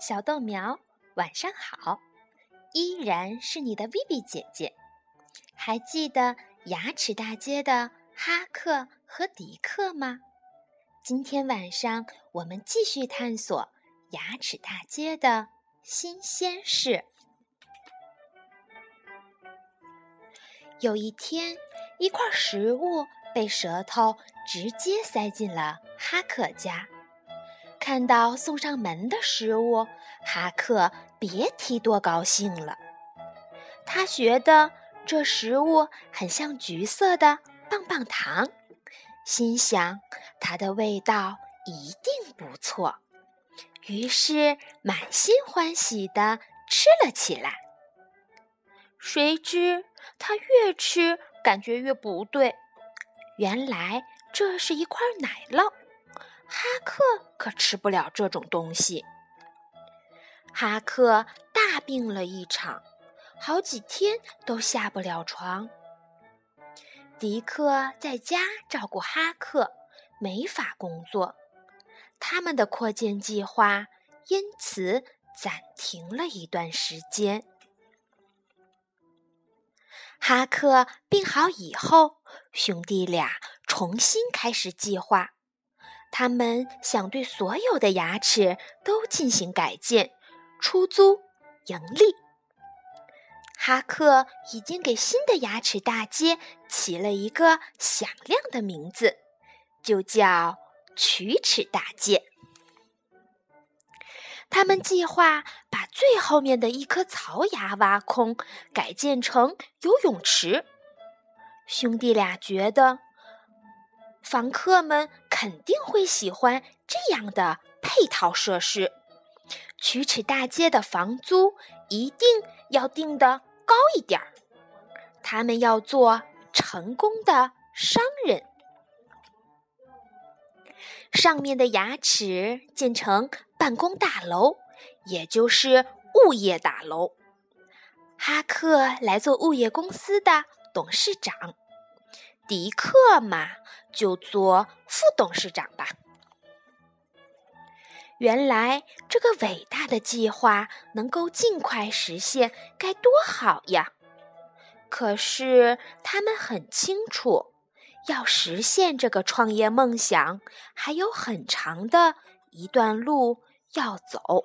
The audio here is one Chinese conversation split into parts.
小豆苗，晚上好！依然是你的 Vivi 姐姐。还记得牙齿大街的哈克和迪克吗？今天晚上我们继续探索牙齿大街的新鲜事。有一天，一块食物被舌头直接塞进了哈克家。看到送上门的食物，哈克别提多高兴了。他觉得这食物很像橘色的棒棒糖，心想它的味道一定不错，于是满心欢喜地吃了起来。谁知他越吃感觉越不对，原来这是一块奶酪。哈克可吃不了这种东西。哈克大病了一场，好几天都下不了床。迪克在家照顾哈克，没法工作，他们的扩建计划因此暂停了一段时间。哈克病好以后，兄弟俩重新开始计划。他们想对所有的牙齿都进行改建，出租盈利。哈克已经给新的牙齿大街起了一个响亮的名字，就叫龋齿大街。他们计划把最后面的一颗槽牙挖空，改建成游泳池。兄弟俩觉得房客们肯定会喜欢这样的配套设施，龋齿大街的房租一定要定得高一点儿。他们要做成功的商人。上面的牙齿建成办公大楼，也就是物业大楼。哈克来做物业公司的董事长，迪克嘛，就做副董事长吧。原来这个伟大的计划能够尽快实现，该多好呀！可是他们很清楚，要实现这个创业梦想，还有很长的一段路要走。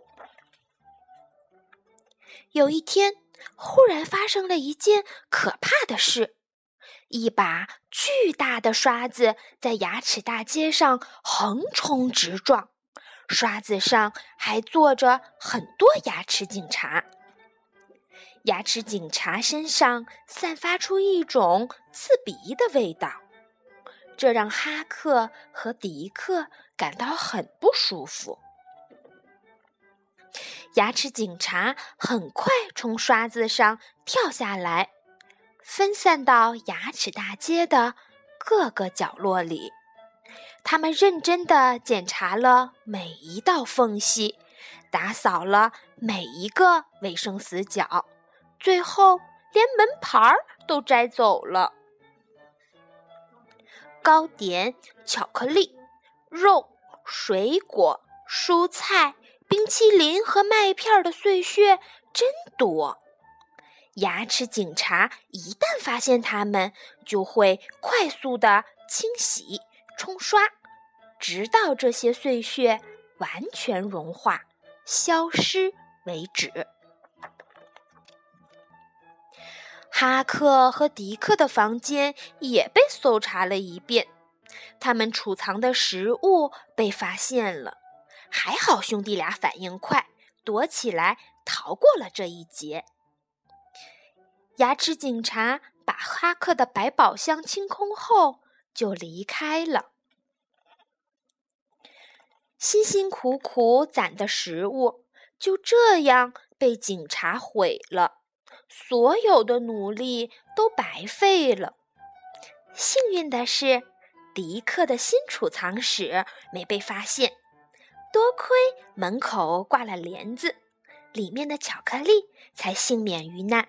有一天，忽然发生了一件可怕的事。一把巨大的刷子在牙齿大街上横冲直撞，刷子上还坐着很多牙齿警察。牙齿警察身上散发出一种刺鼻的味道，这让哈克和迪克感到很不舒服。牙齿警察很快从刷子上跳下来，分散到牙齿大街的各个角落里。他们认真地检查了每一道缝隙，打扫了每一个卫生死角，最后连门牌都摘走了。糕点、巧克力、肉、水果、蔬菜、冰淇淋和麦片的碎屑真多。牙齿警察一旦发现它们，就会快速地清洗、冲刷，直到这些碎屑完全融化、消失为止。哈克和迪克的房间也被搜查了一遍，他们储藏的食物被发现了。还好兄弟俩反应快，躲起来逃过了这一劫。牙齿警察把哈克的百宝箱清空后就离开了。辛辛苦苦攒的食物就这样被警察毁了，所有的努力都白费了。幸运的是，迪克的新储藏室没被发现，多亏门口挂了帘子，里面的巧克力才幸免于难。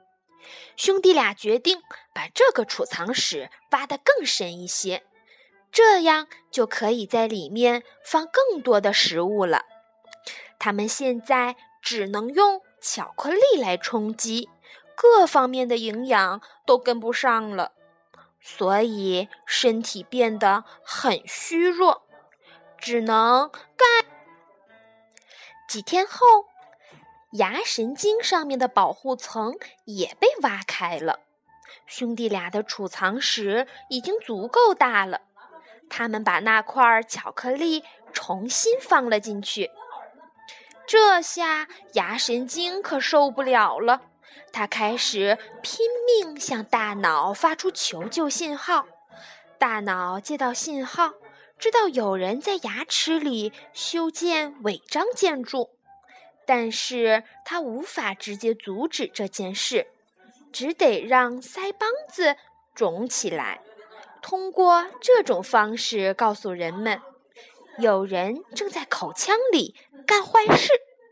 兄弟俩决定把这个储藏室挖得更深一些， 这样就可以在里面放更多的食物了。它们现在只能用巧克力来充饥，各方面的营养都跟不上了，所以身体变得很虚弱，只能干。几天后，牙神经上面的保护层也被挖开了，兄弟俩的储藏室已经足够大了。他们把那块巧克力重新放了进去。这下牙神经可受不了了，他开始拼命向大脑发出求救信号。大脑接到信号，知道有人在牙齿里修建违章建筑，但是他无法直接阻止这件事，只得让腮帮子肿起来，通过这种方式告诉人们，有人正在口腔里干坏事。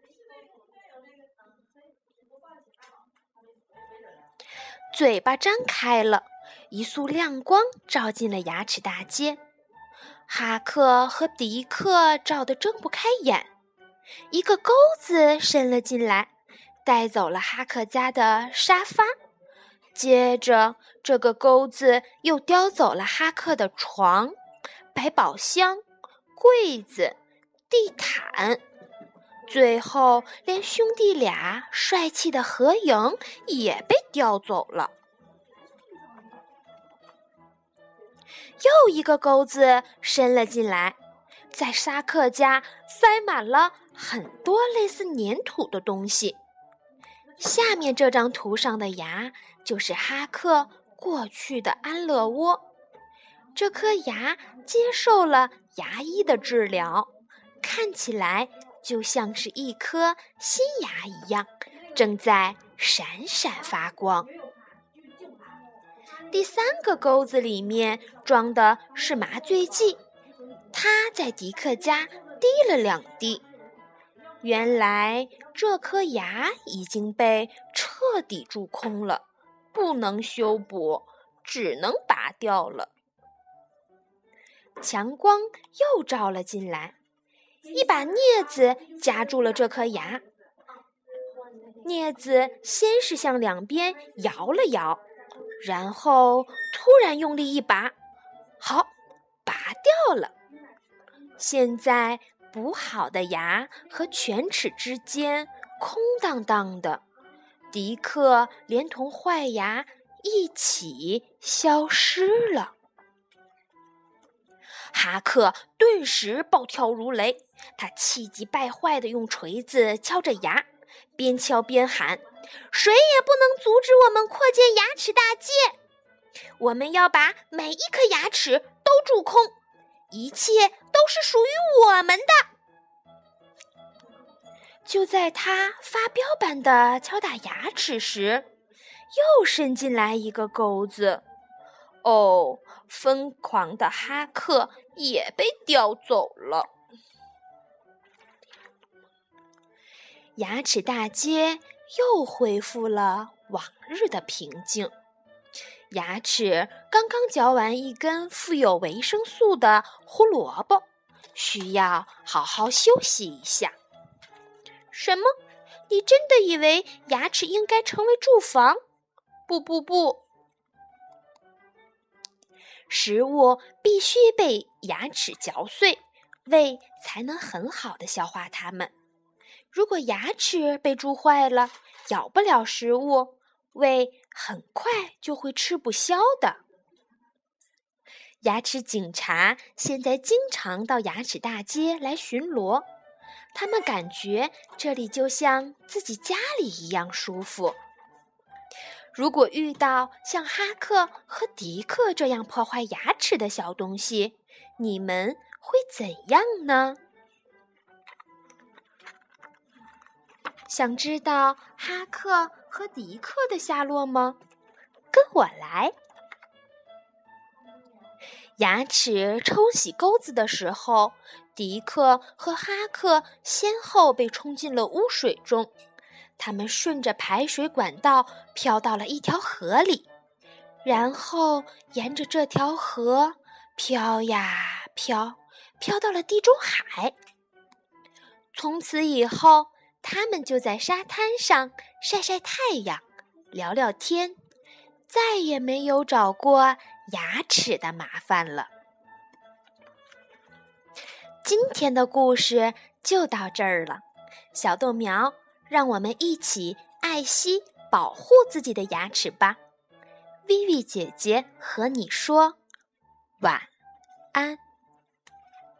嘴巴张开了，一束亮光照进了牙齿大街。哈克和迪克照得睁不开眼，一个钩子伸了进来，带走了哈克家的沙发。接着，这个钩子又叼走了哈克的床、百宝箱、柜子、地毯，最后连兄弟俩帅气的合影也被叼走了。又一个钩子伸了进来，在沙克家塞满了很多类似粘土的东西。下面这张图上的牙就是哈克过去的安乐窝，这颗牙接受了牙医的治疗，看起来就像是一颗新牙一样，正在闪闪发光。第三个钩子里面装的是麻醉剂，他在迪克家滴了2滴。原来这颗牙已经被彻底蛀空了，不能修补，只能拔掉了。强光又照了进来，一把镊子夹住了这颗牙。镊子先是向两边摇了摇，然后突然用力一拔，好，拔掉了。现在补好的牙和犬齿之间空荡荡的，迪克连同坏牙一起消失了。哈克顿时暴跳如雷，他气急败坏地用锤子敲着牙，边敲边喊：谁也不能阻止我们扩建牙齿大街！我们要把每一颗牙齿都蛀空，一切都是属于我们的。就在他发飙般的敲打牙齿时，又伸进来一个钩子。哦，疯狂的哈克也被叼走了。牙齿大街又恢复了往日的平静。牙齿刚刚嚼完一根富有维生素的胡萝卜，需要好好休息一下。什么？你真的以为牙齿应该成为住房？不，食物必须被牙齿嚼碎，胃才能很好的消化它们。如果牙齿被蛀坏了，咬不了食物，胃很快就会吃不消的。牙齿警察现在经常到牙齿大街来巡逻，他们感觉这里就像自己家里一样舒服。如果遇到像哈克和迪克这样破坏牙齿的小东西，你们会怎样呢？想知道哈克和迪克的下落吗？跟我来。牙齿冲洗钩子的时候，迪克和哈克先后被冲进了污水中。他们顺着排水管道飘到了一条河里，然后沿着这条河飘呀飘，飘到了地中海。从此以后，他们就在沙滩上晒晒太阳，聊聊天，再也没有找过牙齿的麻烦了。今天的故事就到这儿了，小豆苗，让我们一起爱惜保护自己的牙齿吧。薇薇姐姐和你说晚安。